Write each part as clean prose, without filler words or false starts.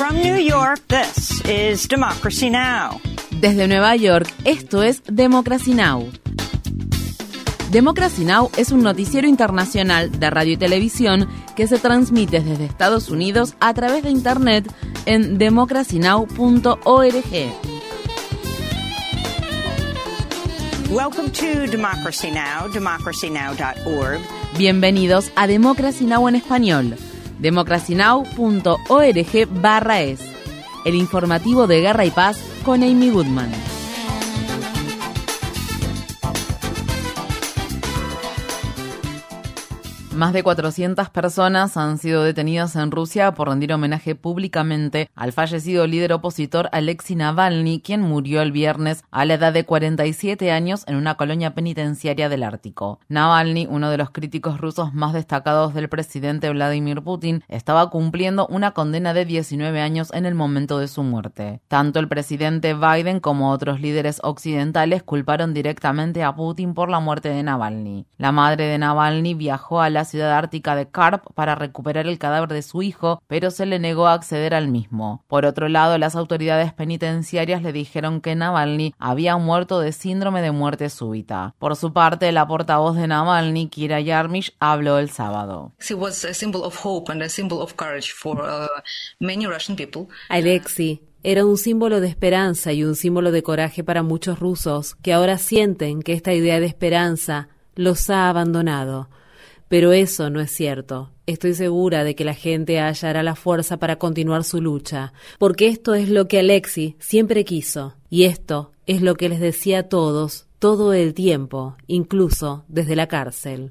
From New York, this is Democracy Now! Desde Nueva York, esto es Democracy Now! Democracy Now! Es un noticiero internacional de radio y televisión que se transmite desde Estados Unidos a través de Internet en democracynow.org. Welcome to Democracy Now!, democracynow.org. Bienvenidos a Democracy Now! En español, democracynow.org/es, el informativo de Guerra y Paz con Amy Goodman. Más de 400 personas han sido detenidas en Rusia por rendir homenaje públicamente al fallecido líder opositor Alexei Navalny, quien murió el viernes a la edad de 47 años en una colonia penitenciaria del Ártico. Navalny, uno de los críticos rusos más destacados del presidente Vladimir Putin, estaba cumpliendo una condena de 19 años en el momento de su muerte. Tanto el presidente Biden como otros líderes occidentales culparon directamente a Putin por la muerte de Navalny. La madre de Navalny viajó a la ciudad ártica de Karp para recuperar el cadáver de su hijo, pero se le negó a acceder al mismo. Por otro lado, las autoridades penitenciarias le dijeron que Navalny había muerto de síndrome de muerte súbita. Por su parte, la portavoz de Navalny, Kira Yarmysh, habló el sábado. Alexei era un símbolo de esperanza y un símbolo de coraje para muchos rusos que ahora sienten que esta idea de esperanza los ha abandonado. Pero eso no es cierto. Estoy segura de que la gente hallará la fuerza para continuar su lucha, porque esto es lo que Alexei siempre quiso, y esto es lo que les decía a todos todo el tiempo, incluso desde la cárcel.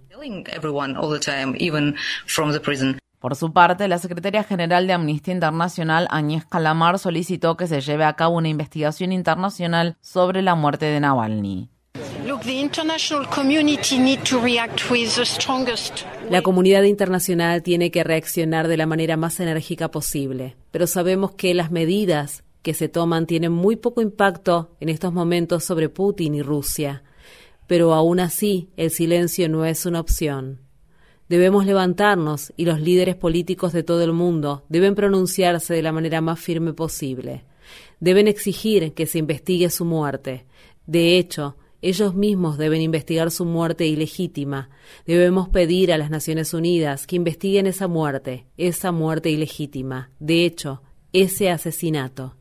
Por su parte, la secretaria general de Amnistía Internacional, Agnieszka Lamar, solicitó que se lleve a cabo una investigación internacional sobre la muerte de Navalny. La comunidad internacional tiene que reaccionar de la manera más enérgica posible, pero sabemos que las medidas que se toman tienen muy poco impacto en estos momentos sobre Putin y Rusia. Pero aún así, el silencio no es una opción. Debemos levantarnos y los líderes políticos de todo el mundo deben pronunciarse de la manera más firme posible. Deben exigir que se investigue su muerte. De hecho, ellos mismos deben investigar su muerte ilegítima. Debemos pedir a las Naciones Unidas que investiguen esa muerte ilegítima. De hecho, ese asesinato.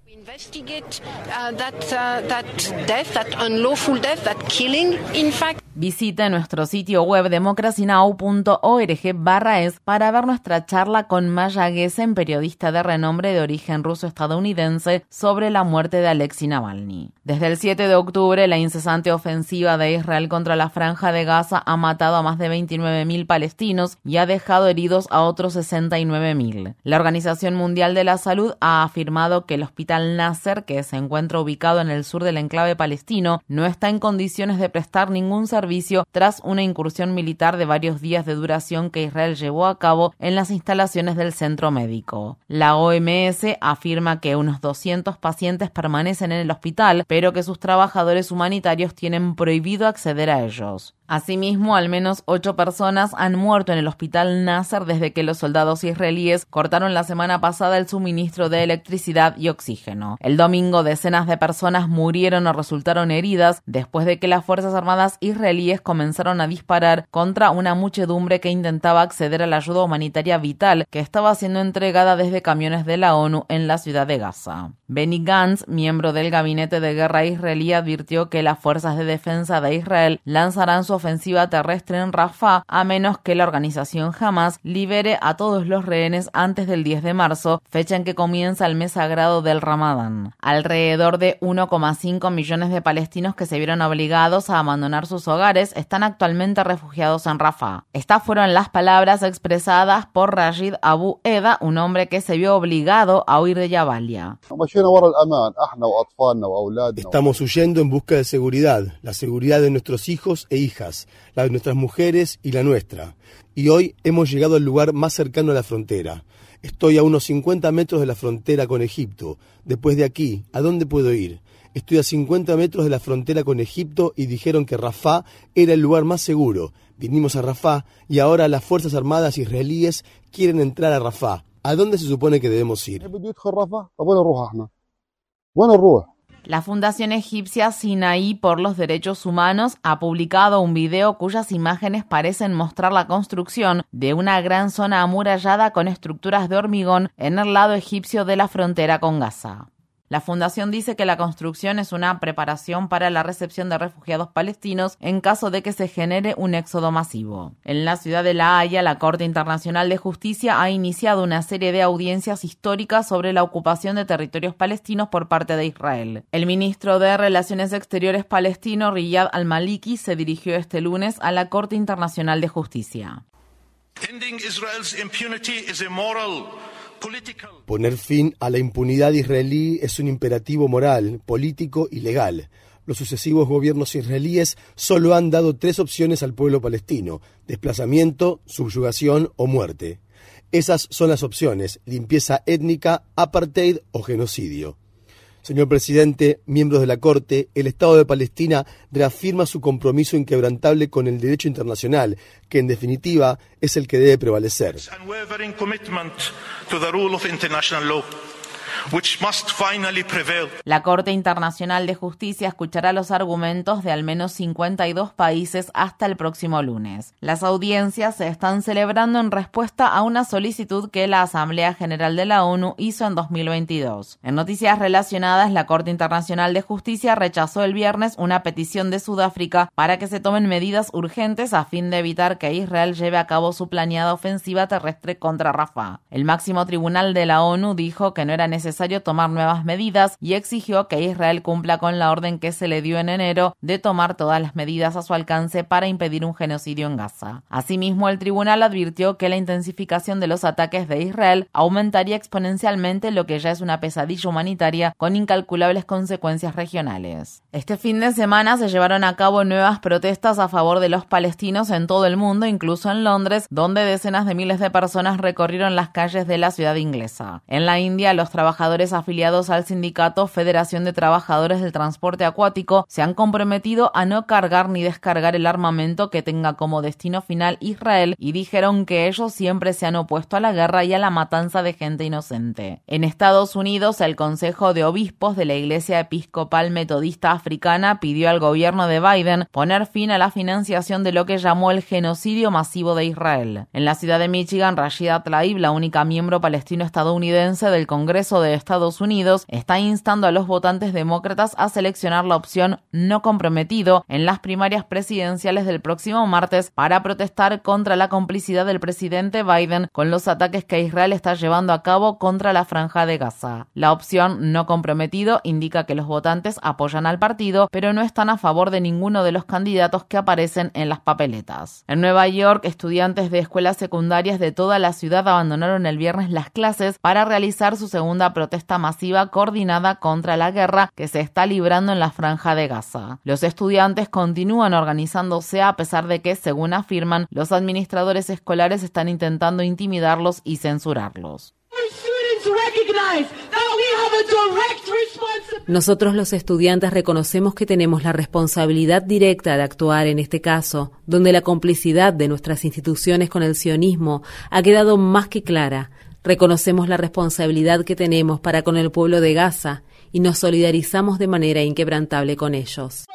Visite nuestro sitio web democracynow.org/es para ver nuestra charla con Maya Gessen, periodista de renombre de origen ruso-estadounidense, sobre la muerte de Alexei Navalny. Desde el 7 de octubre, la incesante ofensiva de Israel contra la Franja de Gaza ha matado a más de 29.000 palestinos y ha dejado heridos a otros 69.000. La Organización Mundial de la Salud ha afirmado que el Hospital Nasser, que se encuentra ubicado en el sur del enclave palestino, no está en condiciones de prestar ningún servicio tras una incursión militar de varios días de duración que Israel llevó a cabo en las instalaciones del centro médico. La OMS afirma que unos 200 pacientes permanecen en el hospital, pero que sus trabajadores humanitarios tienen prohibido acceder a ellos. Asimismo, al menos 8 personas han muerto en el hospital Nasser desde que los soldados israelíes cortaron la semana pasada el suministro de electricidad y oxígeno. El domingo, decenas de personas murieron o resultaron heridas después de que las Fuerzas Armadas israelíes comenzaron a disparar contra una muchedumbre que intentaba acceder a la ayuda humanitaria vital que estaba siendo entregada desde camiones de la ONU en la ciudad de Gaza. Benny Gantz, miembro del gabinete de guerra israelí, advirtió que las fuerzas de defensa de Israel lanzarán su ofensiva terrestre en Rafah a menos que la organización Hamas libere a todos los rehenes antes del 10 de marzo, fecha en que comienza el mes sagrado del Ramadán. Alrededor de 1,5 millones de palestinos que se vieron obligados a abandonar sus hogares están actualmente refugiados en Rafah. Estas fueron las palabras expresadas por Rashid Abu Eda, un hombre que se vio obligado a huir de Jabalia. Estamos huyendo en busca de seguridad, la seguridad de nuestros hijos e hijas, la de nuestras mujeres y la nuestra. Y hoy hemos llegado al lugar más cercano a la frontera. Estoy a unos 50 metros de la frontera con Egipto. Después de aquí, ¿a dónde puedo ir? Estoy a 50 metros de la frontera con Egipto y dijeron que Rafah era el lugar más seguro. Vinimos a Rafah y ahora las Fuerzas Armadas israelíes quieren entrar a Rafah. ¿A dónde se supone que debemos ir? La Fundación Egipcia Sinaí por los Derechos Humanos ha publicado un video cuyas imágenes parecen mostrar la construcción de una gran zona amurallada con estructuras de hormigón en el lado egipcio de la frontera con Gaza. La fundación dice que la construcción es una preparación para la recepción de refugiados palestinos en caso de que se genere un éxodo masivo. En la ciudad de La Haya, la Corte Internacional de Justicia ha iniciado una serie de audiencias históricas sobre la ocupación de territorios palestinos por parte de Israel. El ministro de Relaciones Exteriores palestino, Riyad al-Maliki, se dirigió este lunes a la Corte Internacional de Justicia. Poner fin a la impunidad israelí es un imperativo moral, político y legal. Los sucesivos gobiernos israelíes solo han dado 3 opciones al pueblo palestino: desplazamiento, subyugación o muerte. Esas son las opciones: limpieza étnica, apartheid o genocidio. Señor presidente, miembros de la Corte, el Estado de Palestina reafirma su compromiso inquebrantable con el derecho internacional, que en definitiva es el que debe prevalecer. La Corte Internacional de Justicia escuchará los argumentos de al menos 52 países hasta el próximo lunes. Las audiencias se están celebrando en respuesta a una solicitud que la Asamblea General de la ONU hizo en 2022. En noticias relacionadas, la Corte Internacional de Justicia rechazó el viernes una petición de Sudáfrica para que se tomen medidas urgentes a fin de evitar que Israel lleve a cabo su planeada ofensiva terrestre contra Rafah. El máximo tribunal de la ONU dijo que no era necesario tomar nuevas medidas y exigió que Israel cumpla con la orden que se le dio en enero de tomar todas las medidas a su alcance para impedir un genocidio en Gaza. Asimismo, el tribunal advirtió que la intensificación de los ataques de Israel aumentaría exponencialmente lo que ya es una pesadilla humanitaria con incalculables consecuencias regionales. Este fin de semana se llevaron a cabo nuevas protestas a favor de los palestinos en todo el mundo, incluso en Londres, donde decenas de miles de personas recorrieron las calles de la ciudad inglesa. En la India, los trabajadores afiliados al sindicato Federación de Trabajadores del Transporte Acuático se han comprometido a no cargar ni descargar el armamento que tenga como destino final Israel y dijeron que ellos siempre se han opuesto a la guerra y a la matanza de gente inocente. En Estados Unidos, el Consejo de Obispos de la Iglesia Episcopal Metodista Africana pidió al gobierno de Biden poner fin a la financiación de lo que llamó el genocidio masivo de Israel. En la ciudad de Michigan, Rashida Tlaib, la única miembro palestino-estadounidense del Congreso de Estados Unidos, está instando a los votantes demócratas a seleccionar la opción no comprometido en las primarias presidenciales del próximo martes para protestar contra la complicidad del presidente Biden con los ataques que Israel está llevando a cabo contra la franja de Gaza. La opción no comprometido indica que los votantes apoyan al partido, pero no están a favor de ninguno de los candidatos que aparecen en las papeletas. En Nueva York, estudiantes de escuelas secundarias de toda la ciudad abandonaron el viernes las clases para realizar su segunda protesta masiva coordinada contra la guerra que se está librando en la franja de Gaza. Los estudiantes continúan organizándose a pesar de que, según afirman, los administradores escolares están intentando intimidarlos y censurarlos. Nosotros los estudiantes reconocemos que tenemos la responsabilidad directa de actuar en este caso, donde la complicidad de nuestras instituciones con el sionismo ha quedado más que clara. Reconocemos la responsabilidad que tenemos para con el pueblo de Gaza y nos solidarizamos de manera inquebrantable con ellos.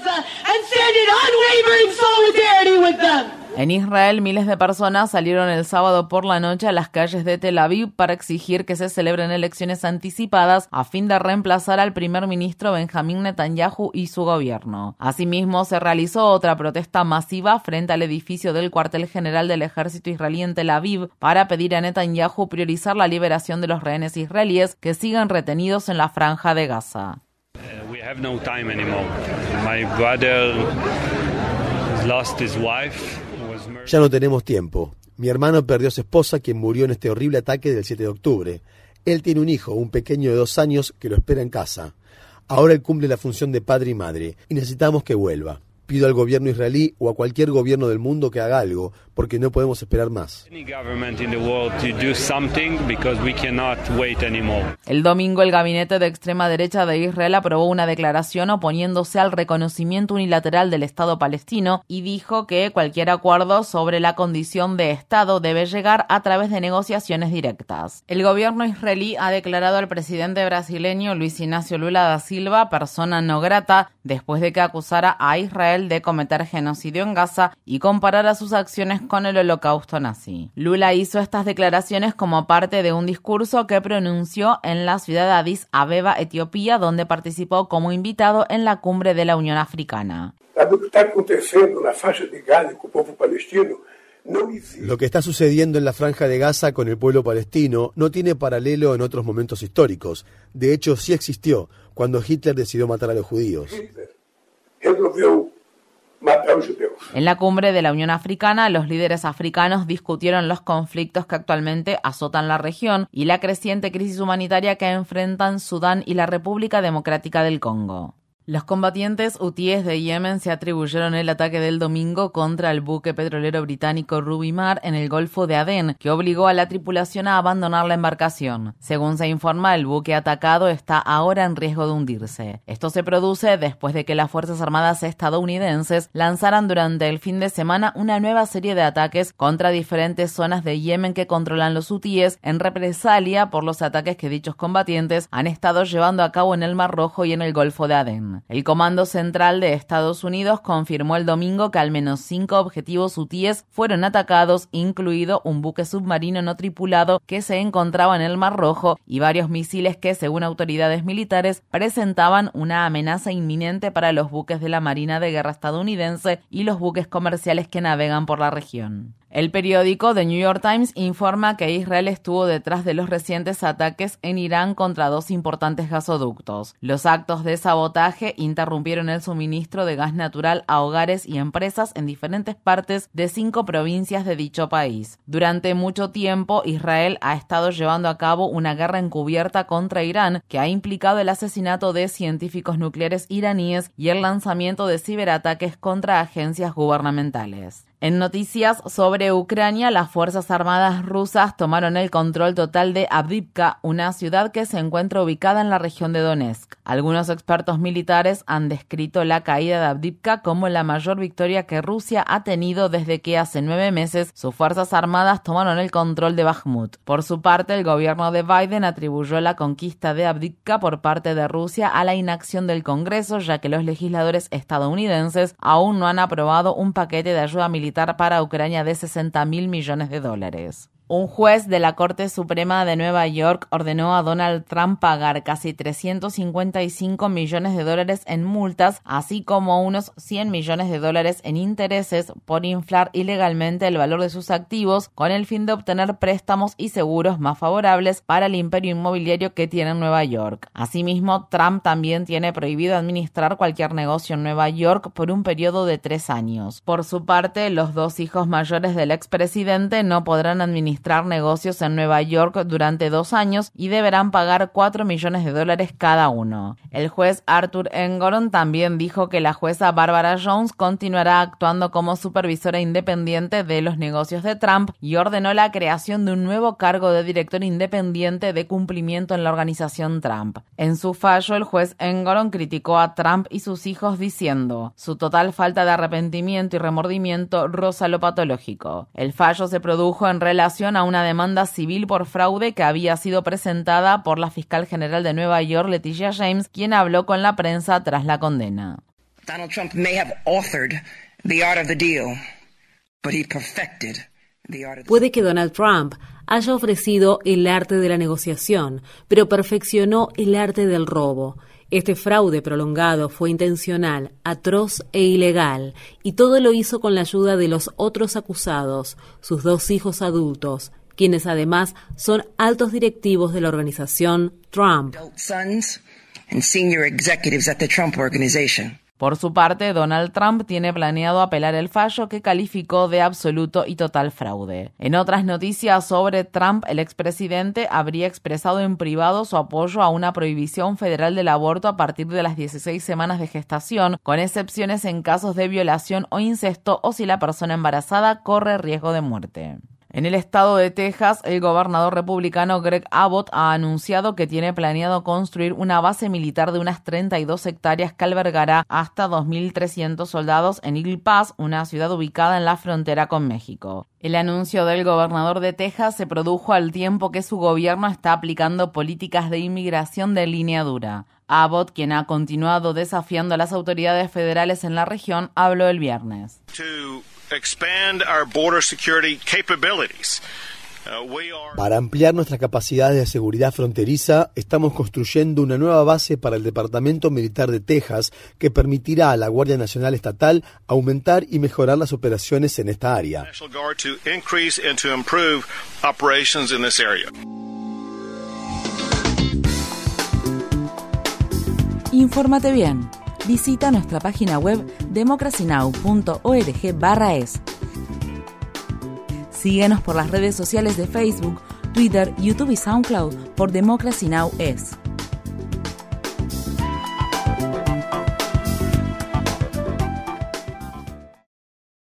En Israel, miles de personas salieron el sábado por la noche a las calles de Tel Aviv para exigir que se celebren elecciones anticipadas a fin de reemplazar al primer ministro Benjamín Netanyahu y su gobierno. Asimismo, se realizó otra protesta masiva frente al edificio del cuartel general del ejército israelí en Tel Aviv para pedir a Netanyahu priorizar la liberación de los rehenes israelíes que siguen retenidos en la franja de Gaza. We have no time anymore. My brother lost his wife. Ya no tenemos tiempo. Mi hermano perdió a su esposa, quien murió en este horrible ataque del 7 de octubre. Él tiene un hijo, un pequeño de 2 años, que lo espera en casa. Ahora él cumple la función de padre y madre, y necesitamos que vuelva. Pido al gobierno israelí o a cualquier gobierno del mundo que haga algo, porque no podemos esperar más. El domingo, el gabinete de extrema derecha de Israel aprobó una declaración oponiéndose al reconocimiento unilateral del Estado palestino y dijo que cualquier acuerdo sobre la condición de Estado debe llegar a través de negociaciones directas. El gobierno israelí ha declarado al presidente brasileño Luis Ignacio Lula da Silva persona no grata después de que acusara a Israel de cometer genocidio en Gaza y comparara sus acciones con el holocausto nazi. Lula hizo estas declaraciones como parte de un discurso que pronunció en la ciudad de Addis Abeba, Etiopía, donde participó como invitado en la cumbre de la Unión Africana. Lo que está sucediendo en la Franja de Gaza con el pueblo palestino no tiene paralelo en otros momentos históricos. De hecho, sí existió cuando Hitler decidió matar a los judíos. En la cumbre de la Unión Africana, los líderes africanos discutieron los conflictos que actualmente azotan la región y la creciente crisis humanitaria que enfrentan Sudán y la República Democrática del Congo. Los combatientes hutíes de Yemen se atribuyeron el ataque del domingo contra el buque petrolero británico Ruby Mar en el Golfo de Adén, que obligó a la tripulación a abandonar la embarcación. Según se informa, el buque atacado está ahora en riesgo de hundirse. Esto se produce después de que las Fuerzas Armadas estadounidenses lanzaran durante el fin de semana una nueva serie de ataques contra diferentes zonas de Yemen que controlan los hutíes en represalia por los ataques que dichos combatientes han estado llevando a cabo en el Mar Rojo y en el Golfo de Adén. El Comando Central de Estados Unidos confirmó el domingo que al menos 5 objetivos hutíes fueron atacados, incluido un buque submarino no tripulado que se encontraba en el Mar Rojo y varios misiles que, según autoridades militares, presentaban una amenaza inminente para los buques de la Marina de Guerra estadounidense y los buques comerciales que navegan por la región. El periódico The New York Times informa que Israel estuvo detrás de los recientes ataques en Irán contra 2 importantes gasoductos. Los actos de sabotaje interrumpieron el suministro de gas natural a hogares y empresas en diferentes partes de 5 provincias de dicho país. Durante mucho tiempo, Israel ha estado llevando a cabo una guerra encubierta contra Irán que ha implicado el asesinato de científicos nucleares iraníes y el lanzamiento de ciberataques contra agencias gubernamentales. En noticias sobre Ucrania, las Fuerzas Armadas rusas tomaron el control total de Avdiivka, una ciudad que se encuentra ubicada en la región de Donetsk. Algunos expertos militares han descrito la caída de Avdiivka como la mayor victoria que Rusia ha tenido desde que hace 9 meses sus Fuerzas Armadas tomaron el control de Bakhmut. Por su parte, el gobierno de Biden atribuyó la conquista de Avdiivka por parte de Rusia a la inacción del Congreso, ya que los legisladores estadounidenses aún no han aprobado un paquete de ayuda militar para Ucrania de $60.000 millones. Un juez de la Corte Suprema de Nueva York ordenó a Donald Trump pagar casi $355 millones en multas, así como unos $100 millones en intereses por inflar ilegalmente el valor de sus activos con el fin de obtener préstamos y seguros más favorables para el imperio inmobiliario que tiene en Nueva York. Asimismo, Trump también tiene prohibido administrar cualquier negocio en Nueva York por un periodo de 3 años. Por su parte, los 2 hijos mayores del expresidente no podrán administrar negocios en Nueva York durante 2 años y deberán pagar $4 millones cada uno. El juez Arthur Engoron también dijo que la jueza Barbara Jones continuará actuando como supervisora independiente de los negocios de Trump y ordenó la creación de un nuevo cargo de director independiente de cumplimiento en la organización Trump. En su fallo, el juez Engoron criticó a Trump y sus hijos diciendo: su total falta de arrepentimiento y remordimiento roza lo patológico. El fallo se produjo en relación a una demanda civil por fraude que había sido presentada por la fiscal general de Nueva York, Letitia James, quien habló con la prensa tras la condena. Donald Trump may have authored the art of the deal, but he perfected the art of the... Puede que Donald Trump haya ofrecido el arte de la negociación, pero perfeccionó el arte del robo. Este fraude prolongado fue intencional, atroz e ilegal, y todo lo hizo con la ayuda de los otros acusados, sus 2 hijos adultos, quienes además son altos directivos de la organización Trump. Sons and senior executives at the Trump Organization. Por su parte, Donald Trump tiene planeado apelar el fallo que calificó de absoluto y total fraude. En otras noticias sobre Trump, el expresidente habría expresado en privado su apoyo a una prohibición federal del aborto a partir de las 16 semanas de gestación, con excepciones en casos de violación o incesto o si la persona embarazada corre riesgo de muerte. En el estado de Texas, el gobernador republicano Greg Abbott ha anunciado que tiene planeado construir una base militar de unas 32 hectáreas que albergará hasta 2.300 soldados en Eagle Pass, una ciudad ubicada en la frontera con México. El anuncio del gobernador de Texas se produjo al tiempo que su gobierno está aplicando políticas de inmigración de línea dura. Abbott, quien ha continuado desafiando a las autoridades federales en la región, habló el viernes. Para ampliar nuestras capacidades de seguridad fronteriza, estamos construyendo una nueva base para el Departamento Militar de Texas que permitirá a la Guardia Nacional Estatal aumentar y mejorar las operaciones en esta área. Infórmate bien. Visita nuestra página web democracynow.org/es. Síguenos por las redes sociales de Facebook, Twitter, YouTube y SoundCloud por Democracy Now! Es.